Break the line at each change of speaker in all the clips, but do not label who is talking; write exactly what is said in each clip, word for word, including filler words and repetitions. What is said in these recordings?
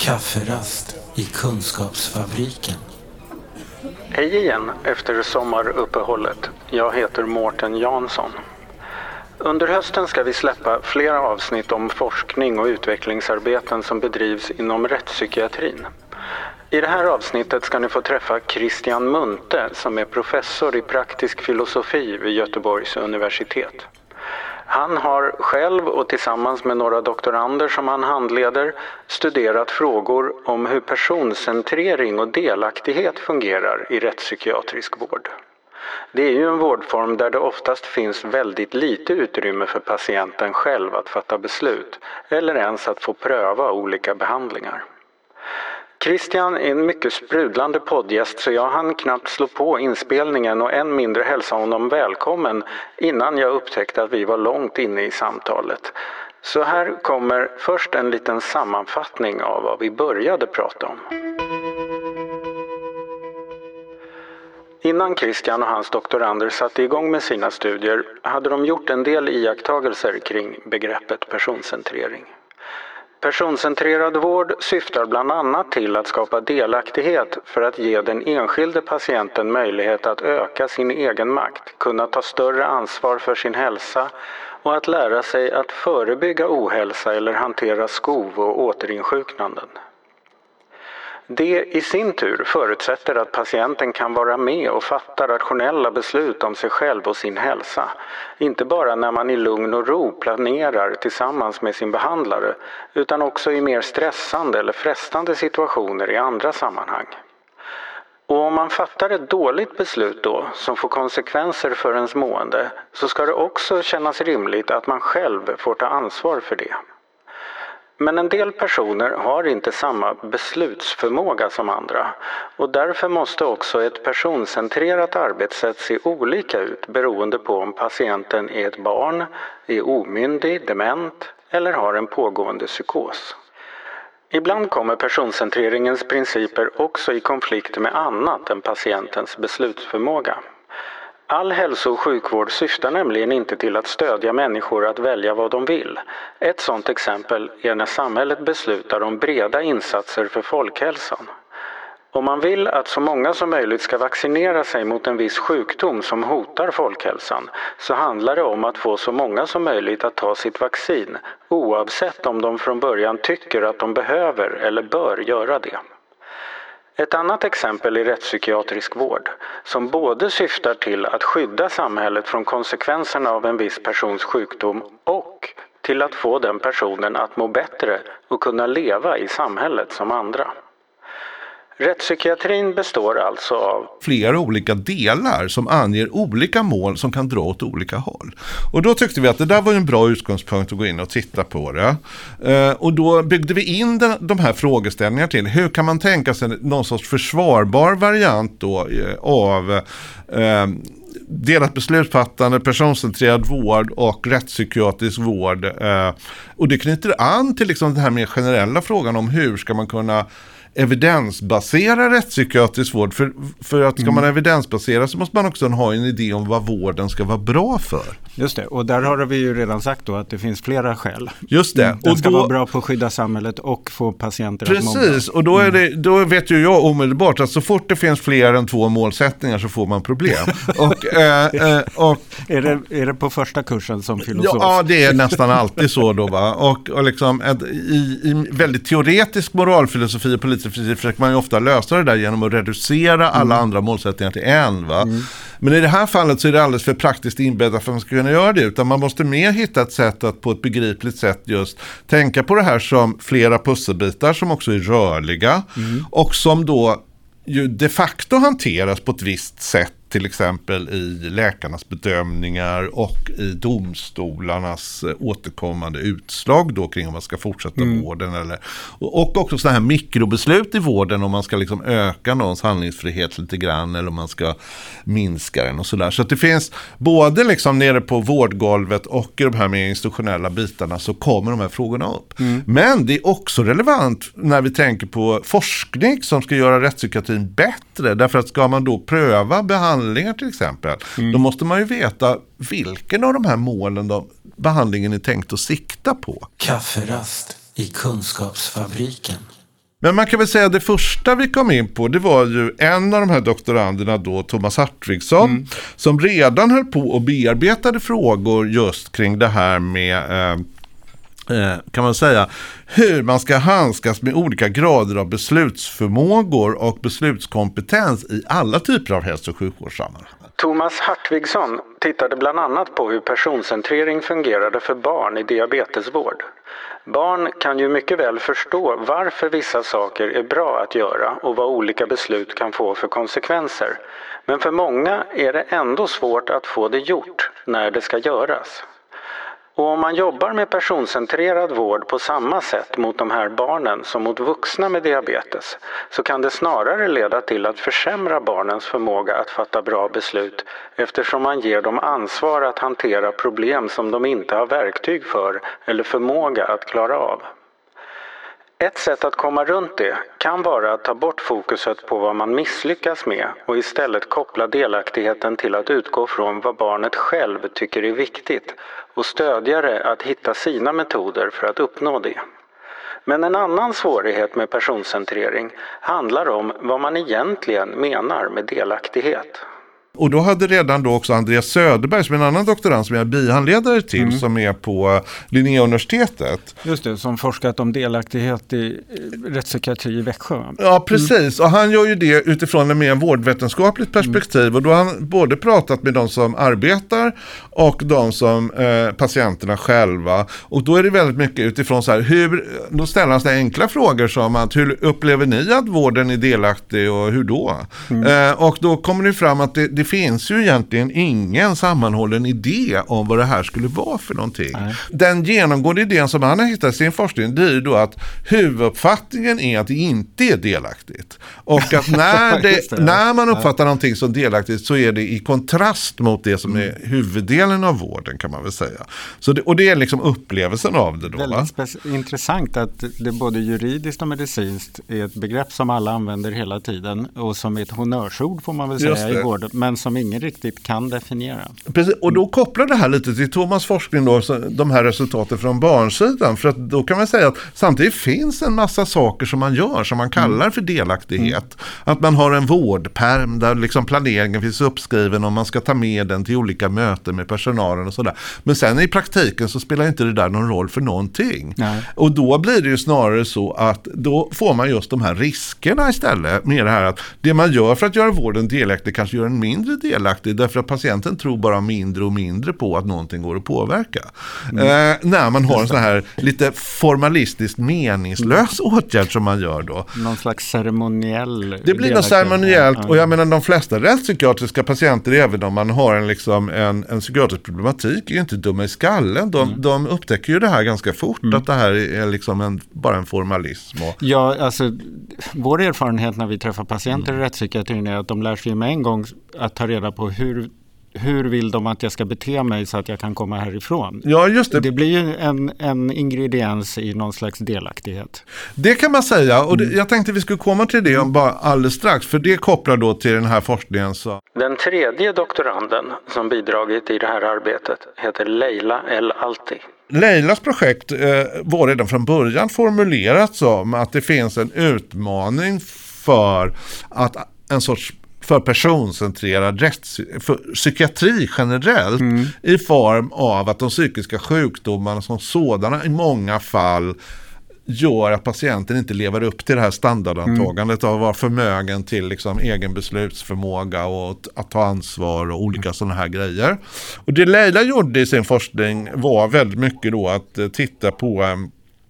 Kafferast i Kunskapsfabriken.
Hej igen efter sommaruppehållet. Jag heter Mårten Jansson. Under hösten ska vi släppa flera avsnitt om forskning och utvecklingsarbeten som bedrivs inom rättspsykiatrin. I det här avsnittet ska ni få träffa Christian Munthe som är professor i praktisk filosofi vid Göteborgs universitet. Han har själv och tillsammans med några doktorander som han handleder studerat frågor om hur personcentrering och delaktighet fungerar i rättspsykiatrisk vård. Det är ju en vårdform där det oftast finns väldigt lite utrymme för patienten själv att fatta beslut eller ens att få pröva olika behandlingar. Christian är en mycket sprudlande poddgäst så jag hann knappt slå på inspelningen och än mindre hälsa honom välkommen innan jag upptäckte att vi var långt inne i samtalet. Så här kommer först en liten sammanfattning av vad vi började prata om. Innan Christian och hans doktorander satte igång med sina studier hade de gjort en del iakttagelser kring begreppet personcentrering. Personcentrerad vård syftar bland annat till att skapa delaktighet för att ge den enskilde patienten möjlighet att öka sin egen makt, kunna ta större ansvar för sin hälsa och att lära sig att förebygga ohälsa eller hantera skov och återinsjuknanden. Det i sin tur förutsätter att patienten kan vara med och fatta rationella beslut om sig själv och sin hälsa. Inte bara när man i lugn och ro planerar tillsammans med sin behandlare, utan också i mer stressande eller frestande situationer i andra sammanhang. Och om man fattar ett dåligt beslut då, som får konsekvenser för ens mående, så ska det också kännas rimligt att man själv får ta ansvar för det. Men en del personer har inte samma beslutsförmåga som andra och därför måste också ett personcentrerat arbetssätt se olika ut beroende på om patienten är ett barn, är omyndig, dement eller har en pågående psykos. Ibland kommer personcentreringens principer också i konflikt med annat än patientens beslutsförmåga. All hälso- och sjukvård syftar nämligen inte till att stödja människor att välja vad de vill. Ett sådant exempel är när samhället beslutar om breda insatser för folkhälsan. Om man vill att så många som möjligt ska vaccinera sig mot en viss sjukdom som hotar folkhälsan så handlar det om att få så många som möjligt att ta sitt vaccin oavsett om de från början tycker att de behöver eller bör göra det. Ett annat exempel är rättspsykiatrisk vård, som både syftar till att skydda samhället från konsekvenserna av en viss persons sjukdom och till att få den personen att må bättre och kunna leva i samhället som andra. Rättspsykiatrin består alltså av
flera olika delar som anger olika mål som kan dra åt olika håll. Och då tyckte vi att det där var en bra utgångspunkt att gå in och titta på det. Eh, och då byggde vi in den, de här frågeställningarna till. Hur kan man tänka sig någon sorts försvarbar variant då eh, av eh, delat beslutsfattande, personcentrerad vård och rättspsykiatrisk vård. Eh, och det knyter an till liksom den här mer generella frågan om hur ska man kunna evidensbasera rättspsykiatrisk vård. För, för att ska mm. man evidensbasera så måste man också ha en idé om vad vården ska vara bra för.
Just det, och där har vi ju redan sagt då att det finns flera skäl.
Just det.
Den
och
ska
då,
vara bra på att skydda samhället och få patienter
precis,
att må bra.
Precis, och då, är det, då vet ju jag omedelbart att så fort det finns fler än två målsättningar så får man problem. och, eh, och,
är, det, är det på första kursen som filosof?
Ja, det är nästan alltid så då va. Och, och liksom ett, i, i väldigt teoretisk moralfilosofi och politisk försöker man ju ofta lösa det där genom att reducera alla mm. andra målsättningar till en va. Mm. Men i det här fallet så är det alldeles för praktiskt inbäddat för att man ska kunna göra det, utan man måste mer hitta ett sätt att på ett begripligt sätt just tänka på det här som flera pusselbitar som också är rörliga mm. och som då ju de facto hanteras på ett visst sätt, till exempel i läkarnas bedömningar och i domstolarnas återkommande utslag då kring om man ska fortsätta mm. vården eller, och också sådana här mikrobeslut i vården om man ska liksom öka någons handlingsfrihet lite grann eller om man ska minska den och sådär. Så att det finns både liksom nere på vårdgolvet och i de här mer institutionella bitarna så kommer de här frågorna upp. Mm. Men det är också relevant när vi tänker på forskning som ska göra rättspsykiatrin bättre, därför att ska man då pröva behandlingar till exempel, mm. då måste man ju veta vilken av de här målen då behandlingen är tänkt att sikta på.
Kafferast i Kunskapsfabriken.
Men man kan väl säga att det första vi kom in på, det var ju en av de här doktoranderna då, Thomas Hartvigsson, mm. som redan höll på och bearbetade frågor just kring det här med eh, kan man säga, hur man ska handskas med olika grader av beslutsförmågor och beslutskompetens i alla typer av hälso- och sjukvårdssammanhang.
Thomas Hartvigsson tittade bland annat på hur personcentrering fungerade för barn i diabetesvård. Barn kan ju mycket väl förstå varför vissa saker är bra att göra och vad olika beslut kan få för konsekvenser. Men för många är det ändå svårt att få det gjort när det ska göras. Och om man jobbar med personcentrerad vård på samma sätt mot de här barnen som mot vuxna med diabetes, så kan det snarare leda till att försämra barnens förmåga att fatta bra beslut, eftersom man ger dem ansvar att hantera problem som de inte har verktyg för eller förmåga att klara av. Ett sätt att komma runt det kan vara att ta bort fokuset på vad man misslyckas med och istället koppla delaktigheten till att utgå från vad barnet själv tycker är viktigt och stödja det att hitta sina metoder för att uppnå det. Men en annan svårighet med personcentrering handlar om vad man egentligen menar med delaktighet.
Och då hade redan då också Andreas Söderberg, som är en annan doktorand som jag är bihandledare till, mm. som är på Linnéuniversitetet.
Just det, som forskat om delaktighet i rättspsykiatri i Växjö.
Ja, precis. Mm. Och han gör ju det utifrån ett mer vårdvetenskapligt perspektiv. Mm. Och då har han både pratat med de som arbetar och de som eh, patienterna själva. Och då är det väldigt mycket utifrån så här, hur, då ställer han sådana enkla frågor som att hur upplever ni att vården är delaktig och hur då? Mm. Eh, och då kommer det fram att det, det Det finns ju egentligen ingen sammanhållen idé om vad det här skulle vara för någonting. Nej. Den genomgående idén som han har hittat i sin forskning, det är ju då att huvuduppfattningen är att det inte är delaktigt. Och att när, det, det, när man uppfattar ja. någonting som delaktigt så är det i kontrast mot det som är huvuddelen av vården, kan man väl säga. Så det, och det är liksom upplevelsen av det då.
Väldigt spec- intressant att det både juridiskt och medicinskt är ett begrepp som alla använder hela tiden och som är ett honnörsord, får man väl säga, i vården. Men som ingen riktigt kan definiera.
Precis, och då kopplar det här lite till Thomas forskning då, de här resultaten från barnsidan, för att då kan man säga att samtidigt finns en massa saker som man gör som man kallar för delaktighet. Mm. Att man har en vårdperm där liksom planeringen finns uppskriven och man ska ta med den till olika möten med personalen och sådär. Men sen i praktiken så spelar inte det där någon roll för någonting. Nej. Och då blir det ju snarare så att då får man just de här riskerna istället med det här att det man gör för att göra vården delaktig kanske gör en mindre delaktig, därför att patienten tror bara mindre och mindre på att någonting går att påverka. Mm. Eh, när man har en sån här lite formalistiskt meningslös mm. åtgärd som man gör då.
Någon slags ceremoniell...
Det blir något ceremoniellt, ja. Och jag menar de flesta rättspsykiatriska patienter, även om man har en, liksom, en, en psykiatrisk problematik, är ju inte dumma i skallen. De, mm. de upptäcker ju det här ganska fort, mm. att det här är liksom en, bara en formalism. Och...
Ja, alltså vår erfarenhet när vi träffar patienter mm. i rättspsykiatrin är att de lär sig med en gång att ta reda på hur, hur vill de att jag ska bete mig så att jag kan komma härifrån.
Ja, just det.
Det blir ju en, en ingrediens i någon slags delaktighet.
Det kan man säga, och det, jag tänkte vi skulle komma till det om bara alldeles strax, för det kopplar då till den här forskningen. Så.
Den tredje doktoranden som bidragit i det här arbetet heter Leila El Alti.
Leilas projekt eh, var redan från början formulerat som att det finns en utmaning för att en sorts för personcentrerad rätts, för psykiatri generellt mm. i form av att de psykiska sjukdomarna som sådana i många fall gör att patienten inte lever upp till det här standardantagandet mm. av att vara förmögen till liksom egen beslutsförmåga och att ta ansvar och olika mm. sådana här grejer. Och det Leila gjorde i sin forskning var väldigt mycket då att uh, titta på um,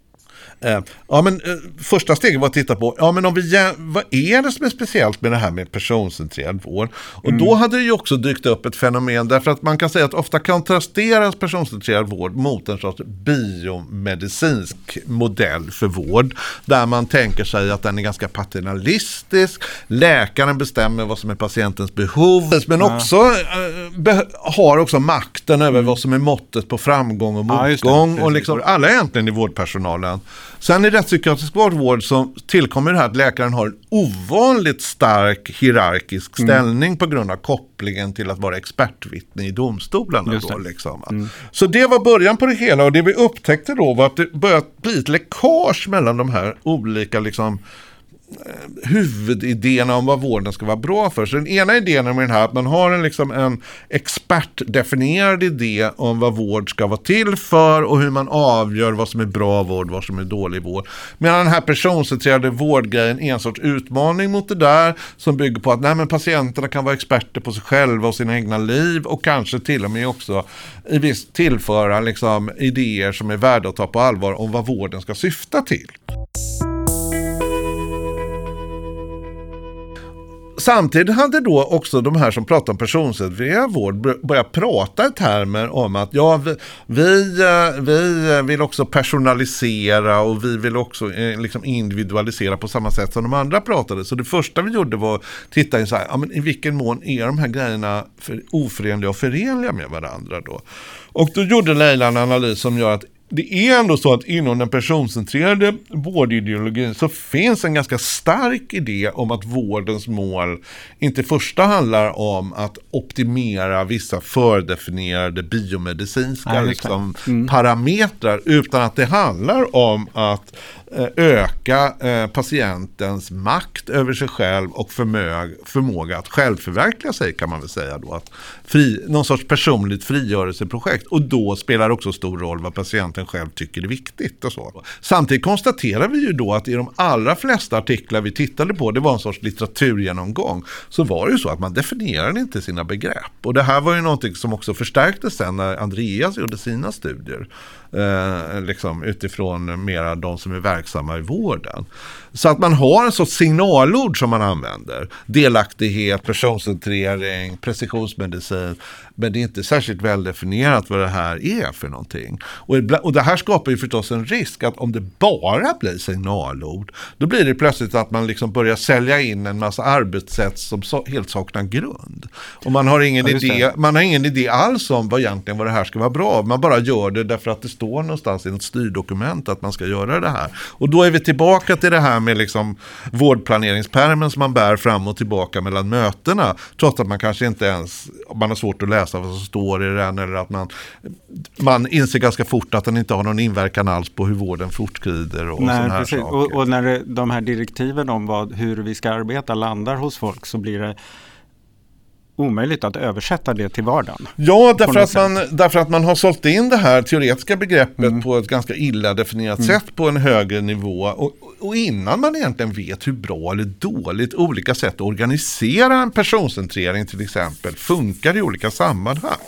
Uh, ja, men uh, första steget var att titta på ja, men om vi, vad är det som är speciellt med det här med personcentrerad vård? Och mm. då hade det ju också dykt upp ett fenomen, därför att man kan säga att ofta kontrasteras personcentrerad vård mot en sorts biomedicinsk modell för vård, där man tänker sig att den är ganska paternalistisk, läkaren bestämmer vad som är patientens behov, men ja. också uh, be- har också makten över mm. vad som är måttet på framgång och motgång, ja, och liksom alla egentligen i vårdpersonalen. Sen i rättspsykiatrisk vård så tillkommer det här att läkaren har en ovanligt stark hierarkisk ställning mm. på grund av kopplingen till att vara expertvittne i domstolarna. Då, liksom. mm. Så det var början på det hela, och det vi upptäckte då var att det började bli ett läckage mellan de här olika liksom huvudidéerna om vad vården ska vara bra för. Så den ena idén med den här att man har en, liksom en expertdefinierad idé om vad vård ska vara till för och hur man avgör vad som är bra vård, vad som är dålig vård. Medan den här personcentrerade vårdgrejen är en sorts utmaning mot det där som bygger på att nej, men patienterna kan vara experter på sig själva och sina egna liv och kanske till och med också i viss tillföra liksom idéer som är värda att ta på allvar om vad vården ska syfta till. Samtidigt hade då också de här som pratar om personcentrerad vård börjat prata i termer om att ja, vi, vi, vi vill också personalisera och vi vill också eh, liksom individualisera på samma sätt som de andra pratade. Så det första vi gjorde var att titta i, så här, ja, men i vilken mån är de här grejerna för, oförenliga och förenliga med varandra då. Och då gjorde Leila en analys som gör att det är ändå så att inom den personcentrerade vårdideologin så finns en ganska stark idé om att vårdens mål inte första handlar om att optimera vissa fördefinierade biomedicinska Nej, liksom, mm. parametrar, utan att det handlar om att öka eh, patientens makt över sig själv och förmög, förmåga att självförverkliga sig, kan man väl säga då, att fri, någon sorts personligt frigörelseprojekt, och då spelar också stor roll vad patienten själv tycker är viktigt och så. Samtidigt konstaterar vi ju då att i de allra flesta artiklar vi tittade på, det var en sorts litteraturgenomgång, så var det ju så att man definierade inte sina begrepp, och det här var ju någonting som också förstärktes sen när Andreas gjorde sina studier eh, liksom utifrån mera de som är verksamma i vården. Så att man har en sorts signalord som man använder. Delaktighet, personcentrering, precisionsmedicin. Men det är inte särskilt väl definierat vad det här är för någonting. Och, och det här skapar ju förstås en risk att om det bara blir signalord, då blir det plötsligt att man liksom börjar sälja in en massa arbetssätt som så, helt saknar grund. Och man har ingen ja, idé, man har ingen idé alls om vad egentligen vad det här ska vara bra. Man bara gör det därför att det står någonstans i ett styrdokument att man ska göra det här. Och då är vi tillbaka till det här med liksom vårdplaneringspärmen som man bär fram och tillbaka mellan mötena, trots att man kanske inte ens, man har svårt att läsa vad som står i den, eller att man, man inser ganska fort att den inte har någon inverkan alls på hur vården fortskrider och sådana här
precis.
saker.
Och, och när det, de här direktiven om vad, hur vi ska arbeta landar hos folk, så blir det omöjligt att översätta det till vardagen.
Ja, därför att, man, därför att man har sålt in det här teoretiska begreppet mm. på ett ganska illa definierat mm. sätt på en högre nivå. Och, och innan man egentligen vet hur bra eller dåligt olika sätt att organisera en personcentrering till exempel funkar i olika sammanhang.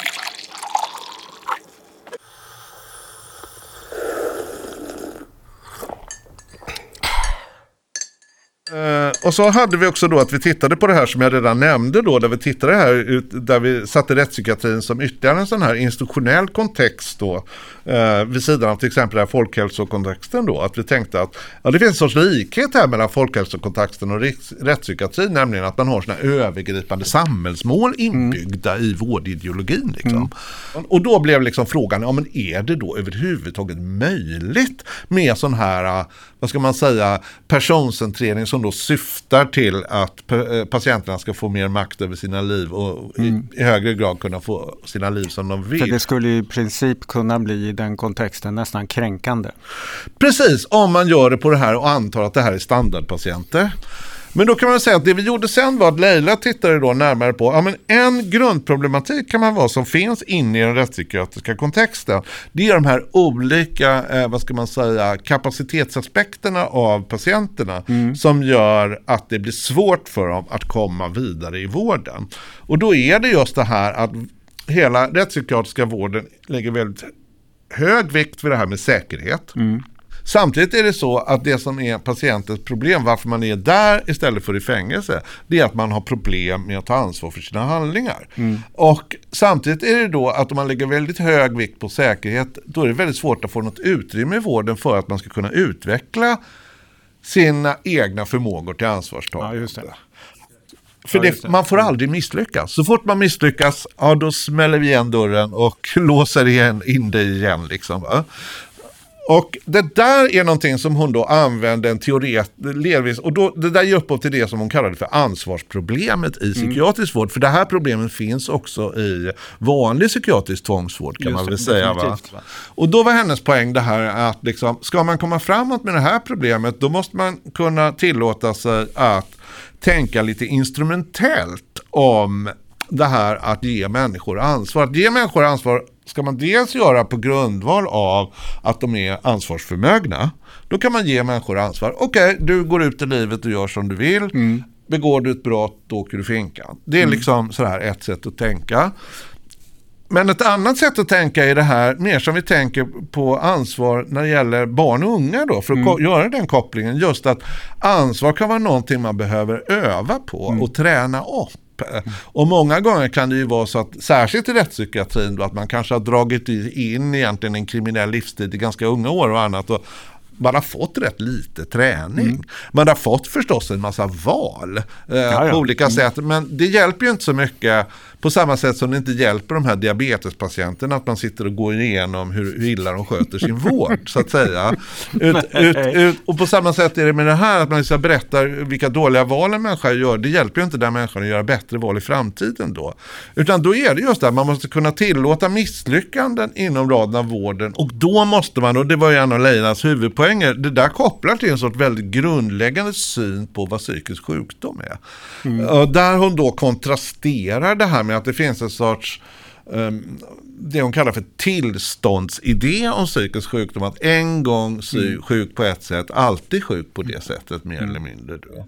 Uh, och så hade vi också då att vi tittade på det här som jag redan nämnde då, där vi tittade här, där vi satte rättspsykiatrin som ytterligare en sån här institutionell kontext då, uh, vid sidan av till exempel den här folkhälsokontexten då, att vi tänkte att ja, det finns en sorts likhet här mellan folkhälsokontexten och rättspsykiatrin, nämligen att man har såna övergripande samhällsmål inbyggda mm. i vårdideologin liksom. Mm. Och då blev liksom frågan, ja men är det då överhuvudtaget möjligt med sån här, vad ska man säga, personcentrering som då syftar till att patienterna ska få mer makt över sina liv och mm. i, i högre grad kunna få sina liv som de vill.
För det skulle i princip kunna bli i den kontexten nästan kränkande.
Precis, om man gör det på det här och antar att det här är standardpatienter. Men då kan man säga att det vi gjorde sen var att Leila tittade då närmare på ja, men en grundproblematik kan man vara som finns inne i den rättspsykiatriska kontexten. Det är de här olika eh, vad ska man säga, kapacitetsaspekterna av patienterna mm. som gör att det blir svårt för dem att komma vidare i vården. Och då är det just det här att hela rättspsykiatriska vården lägger väldigt hög vikt vid det här med säkerhet. Mm. Samtidigt är det så att det som är patientens problem, varför man är där istället för i fängelse, det är att man har problem med att ta ansvar för sina handlingar. Mm. Och samtidigt är det då att om man lägger väldigt hög vikt på säkerhet, då är det väldigt svårt att få något utrymme i vården för att man ska kunna utveckla sina egna förmågor till ansvarstagande. Ja, just det. För ja, det, man får aldrig misslyckas. Så fort man misslyckas, ja, då smäller vi igen dörren och låser igen in det igen liksom, va? Och det där är någonting som hon då använde en teoret, delvis, och då, det där ger upphov till det som hon kallade för ansvarsproblemet i psykiatrisk mm. vård. För det här problemet finns också i vanlig psykiatrisk tvångsvård, kan Just man väl det, säga. Va? Och då var hennes poäng det här att liksom, ska man komma framåt med det här problemet, då måste man kunna tillåta sig att tänka lite instrumentellt om det här att ge människor ansvar. Att ge människor ansvar ska man dels göra på grundval av att de är ansvarsförmögna. Då kan man ge människor ansvar. Okej, okay, du går ut i livet och gör som du vill. Mm. Begår du ett brott, då åker du finkan. Det är mm. liksom så här ett sätt att tänka. Men ett annat sätt att tänka är det här, mer som vi tänker på ansvar när det gäller barn och unga då, för att mm. göra den kopplingen. Just att ansvar kan vara någonting man behöver öva på mm. och träna upp. Och många gånger kan det ju vara så att, särskilt i rättspsykiatrin då, att man kanske har dragit in egentligen en kriminell livstid i ganska unga år och annat, och man har fått rätt lite träning. Mm. Man har fått förstås en massa val eh, ja, ja. på olika mm. sätt, men det hjälper ju inte så mycket på samma sätt som det inte hjälper de här diabetespatienterna att man sitter och går igenom hur, hur illa de sköter sin vård, så att säga. Ut, ut, ut, och på samma sätt är det med det här att man liksom berättar vilka dåliga val en människa gör. Det hjälper ju inte den människan att göra bättre val i framtiden då. Utan då är det just det att man måste kunna tillåta misslyckanden inom raden av vården, och då måste man, och det var ju en av Leilas huvudpoänger, det där kopplar till en sorts väldigt grundläggande syn på vad psykisk sjukdom är. Mm. Och där hon då kontrasterar det här med att det finns en sorts um, det hon kallar för tillståndsidé om psykisk sjukdom, att en gång sy- mm. sjuk på ett sätt, alltid sjuk på det sättet, mer mm. eller mindre då.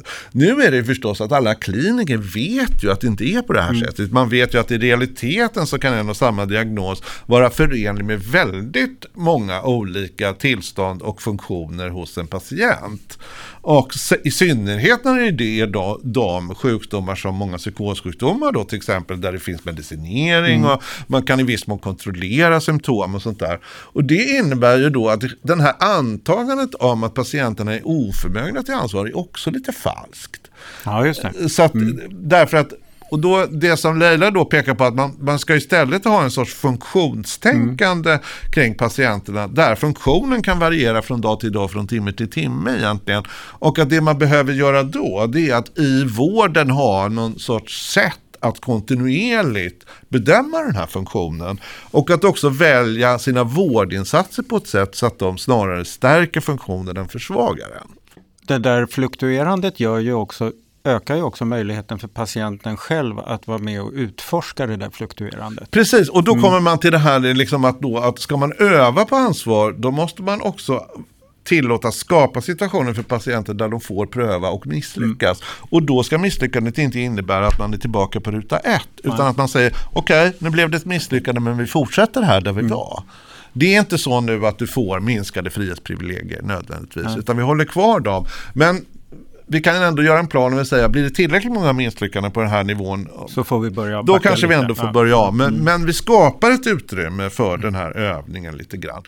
Nu är det förstås att alla kliniker vet ju att det inte är på det här mm. sättet. Man vet ju att i realiteten så kan en och samma diagnos vara förenlig med väldigt många olika tillstånd och funktioner hos en patient. Och i synnerhet när det är då, de sjukdomar som många psykossjukdomar då, till exempel där det finns medicinering mm. och man kan i viss mån kontrollera symptom och sånt där. Och det innebär ju då att den här antagandet om att patienterna är oförmögna till ansvar är också lite falskt.
Ja, just det.
Så att,
mm.
därför att, och då, det som Leila då pekar på, att man, man ska istället ha en sorts funktionstänkande mm. kring patienterna, där funktionen kan variera från dag till dag, från timme till timme egentligen. Och att det man behöver göra då, det är att i vården ha någon sorts sätt att kontinuerligt bedöma den här funktionen, och att också välja sina vårdinsatser på ett sätt så att de snarare stärker funktionen än försvagar den.
Det där fluktuerandet gör ju också, ökar ju också möjligheten för patienten själv att vara med och utforska det där fluktuerandet.
Precis, och då kommer man till det här liksom att, då, att ska man öva på ansvar, då måste man också tillåta skapa situationer för patienter där de får pröva och misslyckas. Mm. Och då ska misslyckandet inte innebära att man är tillbaka på ruta ett, utan Nej. att man säger okej, okay, nu blev det ett misslyckande, men vi fortsätter här där vi mm. var. Det är inte så nu att du får minskade frihetsprivilegier nödvändigtvis, Nej. utan vi håller kvar dem. Men vi kan ändå göra en plan och säga, blir det tillräckligt många misslyckanden på den här nivån,
så får vi börja
då kanske lite. vi ändå får
ja.
börja om. Men, mm. men vi skapar ett utrymme för den här övningen lite grann.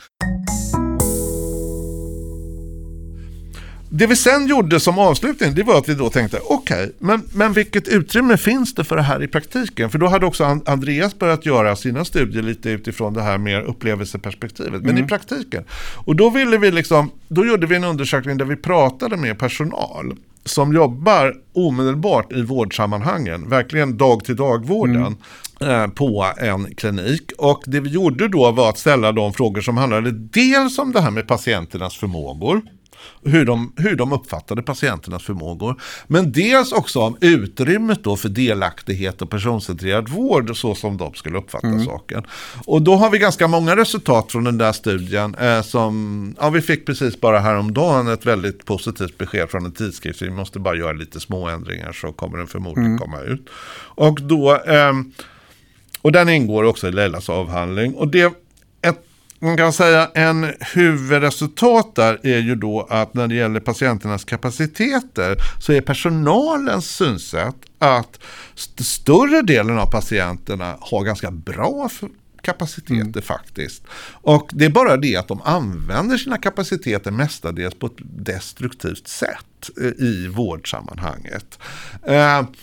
Det vi sen gjorde som avslutning, det var att vi då tänkte, okej, okay, men, men vilket utrymme finns det för det här i praktiken? För då hade också Andreas börjat göra sina studier lite utifrån det här mer upplevelseperspektivet, men mm. i praktiken. Och då ville vi liksom, då gjorde vi en undersökning där vi pratade med personal som jobbar omedelbart i vårdsammanhangen, verkligen dag till dag vården mm. eh, på en klinik. Och det vi gjorde då var att ställa de frågor som handlade dels om det här med patienternas förmågor, hur de, hur de uppfattade patienternas förmågor, men dels också om utrymmet då för delaktighet och personcentrerad vård, så som de skulle uppfatta mm. saken. Och då har vi ganska många resultat från den där studien eh, som, ja, vi fick precis bara häromdagen ett väldigt positivt besked från en tidskrift, så vi måste bara göra lite små ändringar så kommer den förmodligen mm. komma ut. Och då eh, och den ingår också i Leilas avhandling, och det man kan säga en huvudresultat där är ju då att när det gäller patienternas kapaciteter så är personalens synsätt att st- större delen av patienterna har ganska bra f- kapaciteter mm. faktiskt. Och det är bara det att de använder sina kapaciteter mestadels på ett destruktivt sätt i vårdsammanhanget. Eh,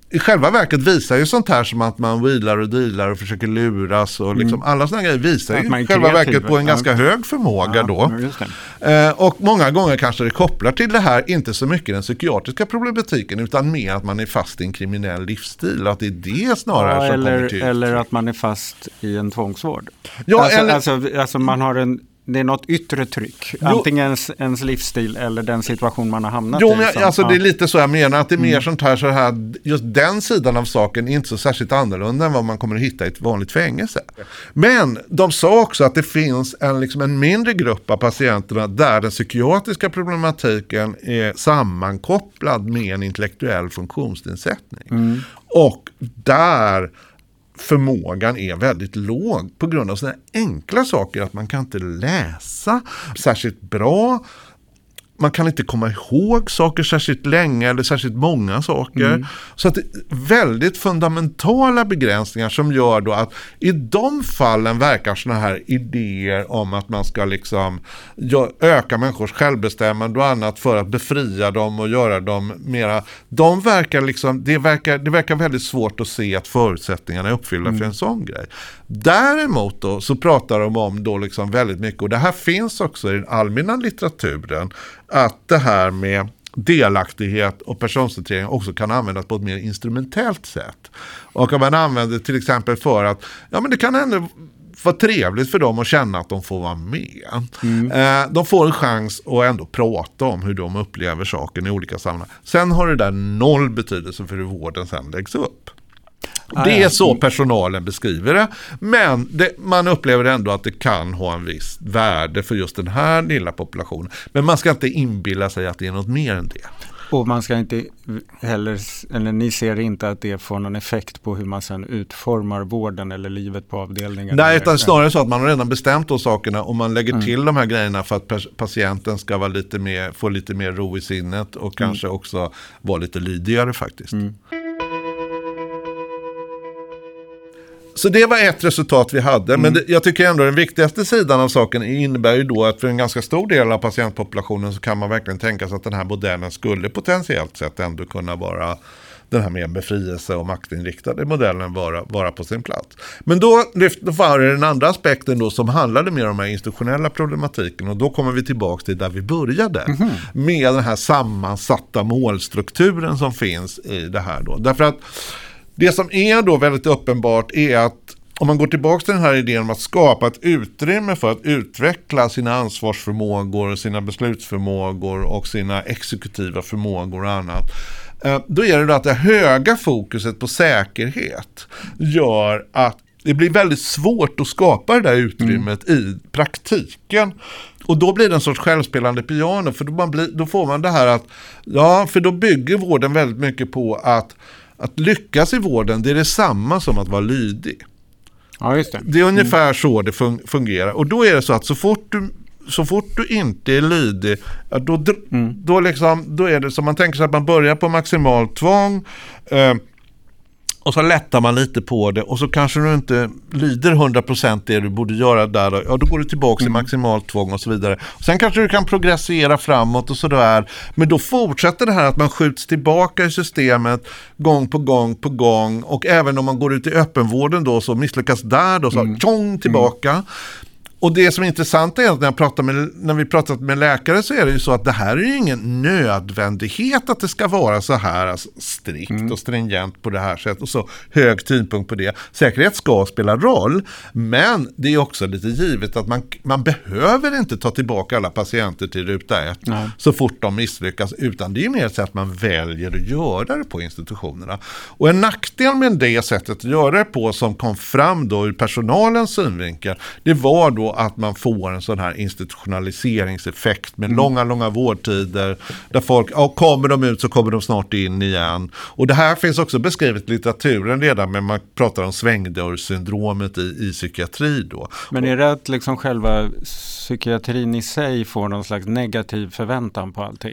i själva verket visar ju sånt här som att man wheelar och dealar och försöker luras och liksom mm. alla såna grejer visar ju i själva verket på en ja. ganska hög förmåga ja, då. Eh, och många gånger kanske det kopplar till det här inte så mycket den psykiatriska problematiken utan mer att man är fast i en kriminell livsstil och att det är det snarare ja, som
eller,
kommer till.
Eller att man är fast i en tvångsvård.
Ja,
alltså,
eller...
alltså, alltså man har en det är något yttre tryck. Antingen ens, ens livsstil eller den situation man har hamnat
jo,
i.
Men,
som,
alltså,
ja.
Det är lite så jag menar att det är mer
mm.
sånt här, så här, just den sidan av saken är inte så särskilt annorlunda än vad man kommer att hitta i ett vanligt fängelse. Men de sa också att det finns en, liksom en mindre grupp av patienterna där den psykiatriska problematiken är sammankopplad med en intellektuell funktionsnedsättning. Mm. Och där förmågan är väldigt låg på grund av sådana enkla saker att man kan inte läsa särskilt bra. Man kan inte komma ihåg saker särskilt länge eller särskilt många saker. Mm. Så att det är väldigt fundamentala begränsningar som gör då att i de fallen verkar såna här idéer om att man ska liksom öka människors självbestämmande och annat för att befria dem och göra dem mera. De verkar liksom, det verkar, det verkar väldigt svårt att se att förutsättningarna är uppfyllda mm. för en sån grej. Däremot då så pratar de om då liksom väldigt mycket, och det här finns också i den allmänna litteraturen, att det här med delaktighet och personcentrering också kan användas på ett mer instrumentellt sätt. Och om man använder till exempel för att ja, men det kan ändå vara trevligt för dem att känna att de får vara med. Mm. Eh, de får en chans att ändå prata om hur de upplever saken i olika sammanhang. Sen har det där noll betydelse för hur vården sen läggs upp. Det är så personalen beskriver det, men det, man upplever ändå att det kan ha en viss värde för just den här lilla populationen. Men man ska inte inbilla sig att det är något mer än det.
Och man ska inte heller, eller ni ser inte att det får någon effekt på hur man sen utformar vården eller livet på avdelningen?
Nej, utan snarare så att man har redan bestämt de sakerna och man lägger mm. till de här grejerna för att patienten ska vara lite mer, få lite mer ro i sinnet och mm. kanske också vara lite lydigare faktiskt. Mm. Så det var ett resultat vi hade, mm. men det, jag tycker ändå den viktigaste sidan av saken innebär ju då att för en ganska stor del av patientpopulationen så kan man verkligen tänka sig att den här modellen skulle potentiellt sett ändå kunna vara den här med befrielse och maktinriktade modellen vara, vara på sin plats. Men då lyfte var det den andra aspekten då som handlade mer om den här institutionella problematiken, och då kommer vi tillbaka till där vi började mm. med den här sammansatta målstrukturen som finns i det här då. Därför att det som är då väldigt uppenbart är att om man går tillbaka till den här idén om att skapa ett utrymme för att utveckla sina ansvarsförmågor, sina beslutsförmågor och sina exekutiva förmågor och annat, då är det då att det höga fokuset på säkerhet gör att det blir väldigt svårt att skapa det där utrymmet mm. i praktiken. Och då blir det en sorts självspelande piano, för då, man blir, då får man det här att, ja, för då bygger vården väldigt mycket på att Att lyckas i vården, det är detsamma som att vara lydig.
Ja, just det.
Det är ungefär mm. så det fungerar. Och då är det så att så fort du, så fort du inte är lydig, då, mm. då, liksom, då är det som man tänker sig att man börjar på maximal tvång eh, och så lättar man lite på det och så kanske du inte lyder hundra procent det du borde göra där. Ja, då går du tillbaka mm. i maximalt tvång och så vidare. Sen kanske du kan progressera framåt och sådär. Men då fortsätter det här att man skjuts tillbaka i systemet gång på gång på gång. Och även om man går ut i öppenvården då så misslyckas där då så mm. tjong tillbaka. Mm. Och det som är intressant är att när, jag pratar med, när vi pratat med läkare så är det ju så att det här är ju ingen nödvändighet att det ska vara så här alltså, strikt mm. och stringent på det här sättet och så hög tyngdpunkt på det. Säkerhet ska spela roll, men det är också lite givet att man, man behöver inte ta tillbaka alla patienter till ruta ett Nej. så fort de misslyckas, utan det är mer så att man väljer att göra det på institutionerna. Och en nackdel med det sättet att göra det på som kom fram då ur personalens synvinkel, det var då att man får en sån här institutionaliseringseffekt med mm. långa, långa vårdtider där folk, ja, kommer de ut så kommer de snart in igen. Och det här finns också beskrivet i litteraturen redan, men man pratar om svängdörrssyndromet i, i psykiatri då.
Men är det att liksom själva psykiatrin i sig får någon slags negativ förväntan på allting?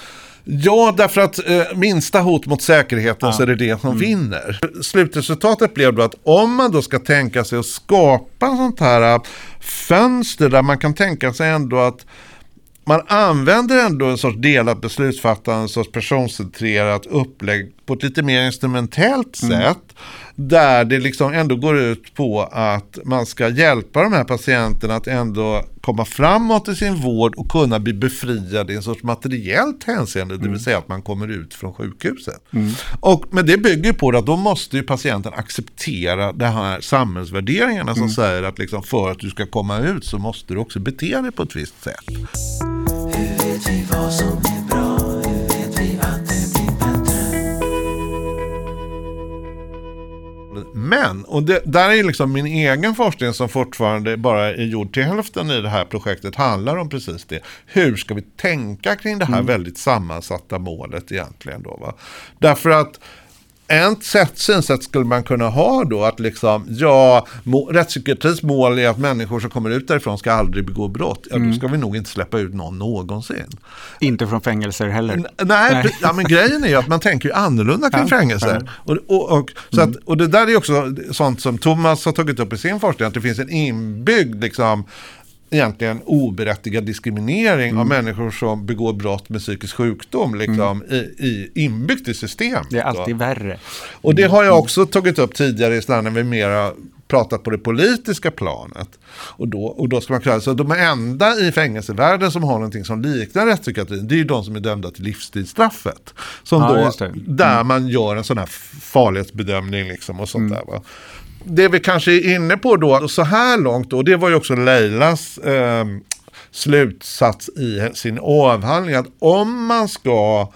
Ja, därför att eh, minsta hot mot säkerheten ja. så är det det som mm. vinner. Slutresultatet blev då att om man då ska tänka sig att skapa sånt här fönster där man kan tänka sig ändå att man använder ändå en sorts delat beslutsfattande, en sorts personcentrerat upplägg på ett lite mer instrumentellt mm. sätt, där det liksom ändå går ut på att man ska hjälpa de här patienterna att ändå komma framåt i sin vård och kunna bli befriad i en sorts materiellt hänseende, mm. det vill säga att man kommer ut från sjukhuset. Mm. Och, men det bygger på att då måste ju patienten acceptera de här samhällsvärderingarna mm. som säger att liksom för att du ska komma ut så måste du också bete dig på ett visst sätt.
Hur vet vi vad som är bra? Hur vet vi att det blir bättre?
Men, och det, där är liksom min egen forskning som fortfarande bara är gjord till hälften i det här projektet, handlar om precis det. Hur ska vi tänka kring det här mm. väldigt sammansatta målet egentligen då, va? Därför att ett sätt, synsätt skulle man kunna ha då att liksom, ja, må, rättspsykiatris mål är att människor som kommer ut därifrån ska aldrig begå brott. Ja, mm. då ska vi nog inte släppa ut någon någonsin.
Inte från fängelser heller. N-
nej, nej. Ja, men grejen är ju att man tänker ju annorlunda kring ja, fängelser. Ja. Och, och, och, så mm. att, och det där är också sånt som Thomas har tagit upp i sin forskning, att det finns en inbyggd liksom egentligen oberättigad diskriminering mm. av människor som begår brott med psykisk sjukdom liksom, mm. i, i inbyggt i system.
Det är alltid så. Värre.
Och det har jag också tagit upp tidigare i stan när vi mera pratat på det politiska planet. Och då, och då ska man klara så de enda i fängelsevärlden som har någonting som liknar rättspsykiatrin, det är ju de som är dömda till livstidsstraffet. Som ja, då, mm. där man gör en sån här farlighetsbedömning liksom och sånt mm. där, va. Det vi kanske är inne på då, så här långt, och det var ju också Leilas eh, slutsats i sin avhandling, att om man ska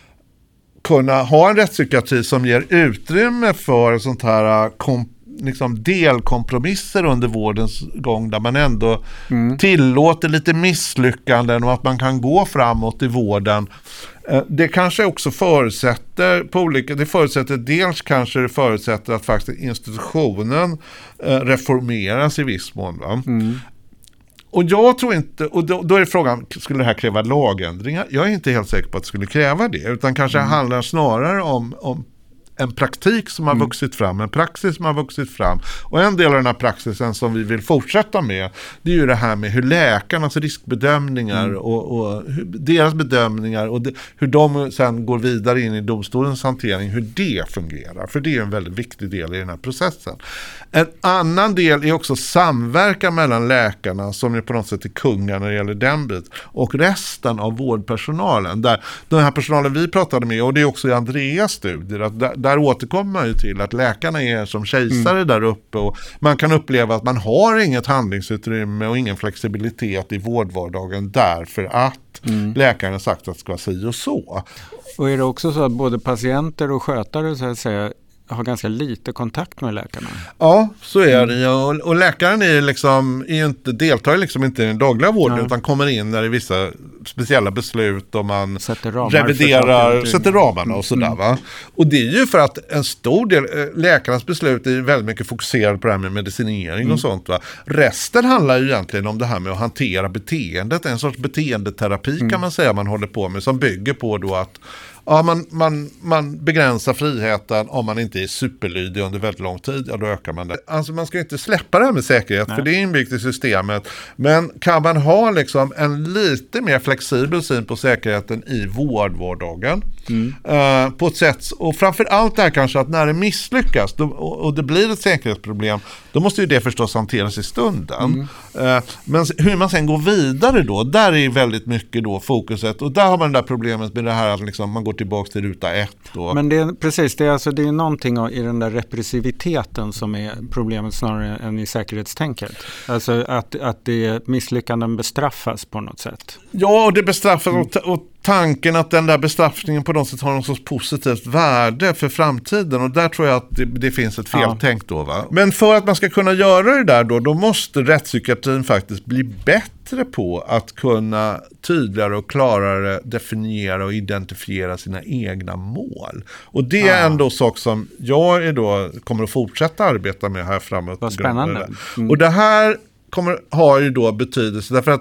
kunna ha en rättspsykiatri som ger utrymme för sånt här kom, liksom delkompromisser under vårdens gång, där man ändå mm. tillåter lite misslyckanden och att man kan gå framåt i vården. Det kanske också förutsätter på olika, det förutsätter dels kanske det förutsätter att faktiskt institutionen reformeras i viss mån, va? Mm. Och jag tror inte, och då, då är frågan, skulle det här kräva lagändringar? Jag är inte helt säker på att det skulle kräva det, utan kanske mm. handlar snarare om, om en praktik som har mm. vuxit fram, en praxis som har vuxit fram. Och en del av den här praxisen som vi vill fortsätta med, det är ju det här med hur läkarnas riskbedömningar mm. och, och hur, deras bedömningar och de, hur de sen går vidare in i domstolens hantering, hur det fungerar. För det är en väldigt viktig del i den här processen. En annan del är också samverkan mellan läkarna, som är på något sätt är kungar när det gäller den bit, och resten av vårdpersonalen. Där den här personalen vi pratade med, och det är också i Andreas studier, att där, där återkommer man ju till att läkarna är som kejsare mm. där uppe, och man kan uppleva att man har inget handlingsutrymme och ingen flexibilitet i vårdvardagen därför att mm. läkaren har sagt att det ska vara si och så.
Och är det också så att både patienter och skötare så att säga har ganska lite kontakt med läkarna?
Ja, så är det. Och, och läkaren är liksom, är inte, deltar liksom inte i den dagliga vården, ja. utan kommer in när det är vissa speciella beslut och man sätter reviderar, sätter ramarna och sådär, va. Och det är ju för att en stor del, läkarnas beslut är väldigt mycket fokuserad på det här med medicinering mm. och sånt, va. Resten handlar ju egentligen om det här med att hantera beteendet, en sorts beteendeterapi mm. kan man säga man håller på med, som bygger på då att ja, man, man, man begränsar friheten om man inte är superlydig under väldigt lång tid, ja då ökar man det. Alltså man ska inte släppa det här med säkerhet, Nej. för det är inbyggt i systemet. Men kan man ha liksom en lite mer flexibel syn på säkerheten i vårdvardagen mm. uh, på ett sätt, och framförallt det här kanske att när det misslyckas då, och, och det blir ett säkerhetsproblem, då måste ju det förstås hanteras i stunden. Mm. Uh, men hur man sen går vidare då, där är väldigt mycket då fokuset, och där har man det där problemet med det här att liksom man går tillbaka till ruta ett. Då.
Men det är, precis, det är, alltså, det är någonting i den där repressiviteten som är problemet snarare än i säkerhetstänket. Alltså att, att det misslyckanden bestraffas på något sätt.
Ja, och det bestraffas mm. och, och tanken att den där bestraffningen på något sätt har något sorts positivt värde för framtiden, och där tror jag att det, det finns ett feltänk ja. då, va? Men för att man ska kunna göra det där då, då måste rättspsykiatrin faktiskt bli bättre på att kunna tydligare och klarare definiera och identifiera sina egna mål. Och det är ja. ändå sak som jag är då, kommer att fortsätta arbeta med här framåt.
Vad spännande.
Mm. Och det här kommer ha ju då betydelse därför att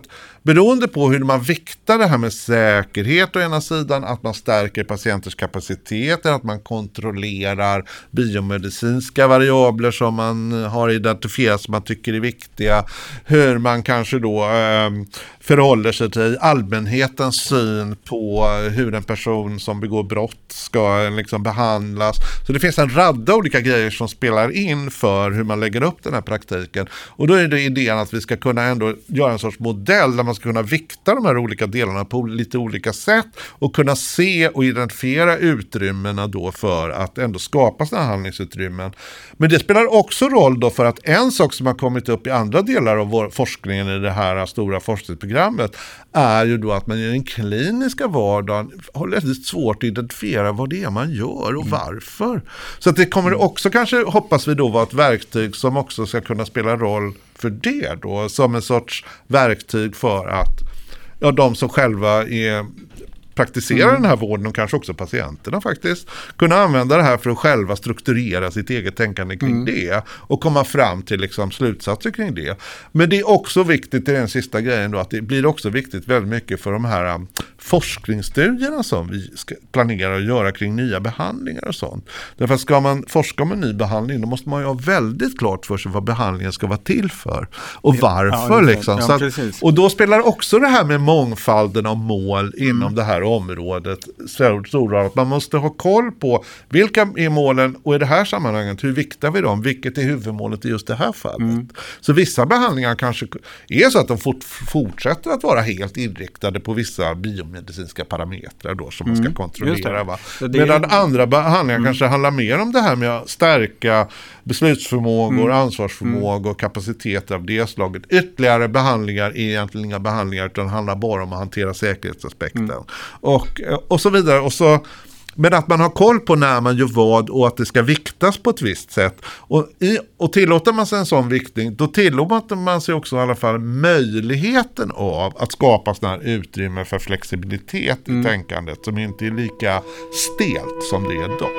beroende på hur man viktar det här med säkerhet å ena sidan, att man stärker patienters kapacitet, att man kontrollerar biomedicinska variabler som man har identifierat som man tycker är viktiga, hur man kanske då eh, förhåller sig till allmänhetens syn på hur en person som begår brott ska liksom behandlas. Så det finns en radda olika grejer som spelar in för hur man lägger upp den här praktiken. Och då är det idén att vi ska kunna ändå göra en sorts modell där man ska kunna vikta de här olika delarna på lite olika sätt och kunna se och identifiera utrymmena då för att ändå skapa sådana handlingsutrymmen. Men det spelar också roll då för att en sak som har kommit upp i andra delar av vår forskningen i det här stora forskningsprogrammet är ju då att man i den kliniska vardagen har väldigt svårt att identifiera vad det är man gör och varför. Så att det kommer också kanske, hoppas vi då, vara ett verktyg som också ska kunna spela roll för det då, som en sorts verktyg för att ja, de som själva är praktiserar mm. den här vården och kanske också patienterna faktiskt kunna använda det här för att själva strukturera sitt eget tänkande kring mm. det och komma fram till liksom slutsatser kring det. Men det är också viktigt i den sista grejen då, att det blir också viktigt väldigt mycket för de här um, forskningsstudierna som vi ska planera att göra kring nya behandlingar och sånt. Därför att ska man forska om en ny behandling då måste man ju ha väldigt klart för sig vad behandlingen ska vara till för och varför. Ja, liksom. Ja, så att, och då spelar också det här med mångfalden av mål mm. inom det här området stor roll. Att man måste ha koll på vilka är målen och i det här sammanhanget hur viktar vi dem, vilket är huvudmålet i just det här fallet. Mm. Så vissa behandlingar kanske är så att de fort, fortsätter att vara helt inriktade på vissa biomedicinska parametrar då som mm. man ska kontrollera. Va? Medan är... andra behandlingar mm. kanske handlar mer om det här med att stärka beslutsförmågor, mm. ansvarsförmågor mm. och kapacitet av det slaget. Ytterligare behandlingar är egentligen inga behandlingar utan handlar bara om att hantera säkerhetsaspekten. Mm. Och, och så vidare. Och så, men att man har koll på när man gör vad och att det ska viktas på ett visst sätt. Och, i, och tillåter man sig en sån viktning, då tillåter man sig också i alla fall möjligheten av att skapa sådana här utrymme för flexibilitet mm. i tänkandet som inte är lika stelt som det är då.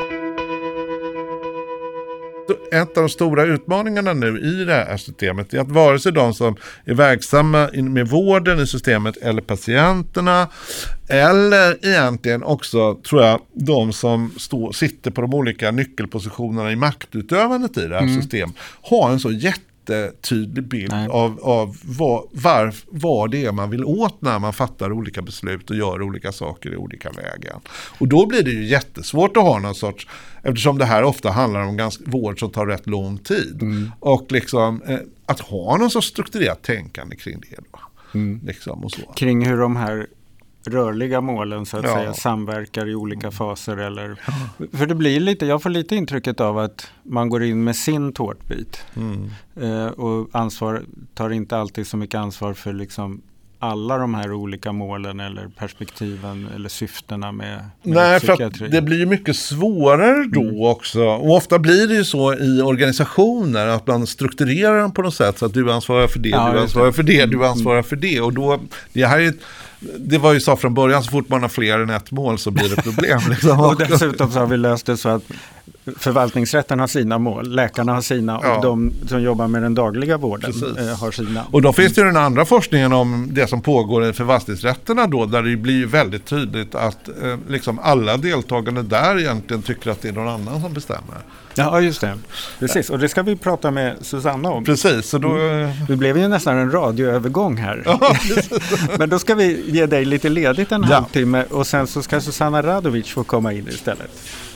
En av de stora utmaningarna nu i det här systemet är att vare sig de som är verksamma med vården i systemet eller patienterna eller egentligen också, tror jag, de som står, sitter på de olika nyckelpositionerna i maktutövandet i det här mm. systemet har en så jättetydlig bild Nej. av, av vad, var, vad det är man vill åt när man fattar olika beslut och gör olika saker i olika vägar. Och då blir det ju jättesvårt att ha någon sorts, eftersom det här ofta handlar om ganska, vård som tar rätt lång tid. Mm. Och liksom eh, att ha någon sorts strukturerat tänkande kring det då. Mm. Liksom och så.
Kring hur de här rörliga målen så att ja. säga samverkar i olika faser eller ja. för det blir lite, jag får lite intrycket av att man går in med sin tårtbit mm. eh, och ansvar, tar inte alltid så mycket ansvar för liksom alla de här olika målen eller perspektiven eller syftena med, med
Nej, för att det blir ju mycket svårare då mm. också. Och ofta blir det ju så i organisationer att man strukturerar dem på något sätt så att du ansvarar för det, ja, du ansvarar för det, du ansvarar för det. Och då, det här är det var ju så från början, så fort man har fler än ett mål så blir det problem. Liksom.
Och dessutom så har vi löst det så att förvaltningsrätten har sina mål, läkarna har sina ja. och de som jobbar med den dagliga vården eh, har sina.
Och då finns det ju den andra forskningen om det som pågår i förvaltningsrätterna då, där det blir väldigt tydligt att eh, liksom alla deltagande där egentligen tycker att det är någon annan som bestämmer.
Ja, just det. Precis, och det ska vi prata med Susanna om.
Precis, så då...
Mm. Det blev ju nästan en radioövergång här. Ja, men då ska vi ge dig lite ledigt en ja. halvtimme och sen så ska Susanna Radovic få komma in istället.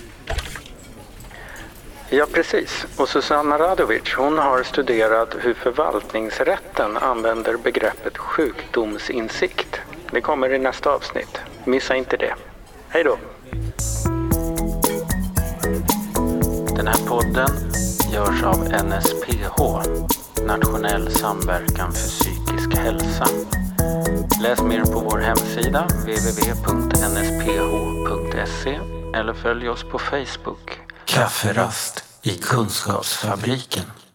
Ja, precis. Och Susanna Radovic, hon har studerat hur förvaltningsrätten använder begreppet sjukdomsinsikt. Det kommer i nästa avsnitt. Missa inte det. Hej då! Den här podden görs av N S P H, Nationell samverkan för psykisk hälsa. Läs mer på vår hemsida w w w punkt n s p h punkt s e eller följ oss på Facebook.
Kafferast i Kunskapsfabriken.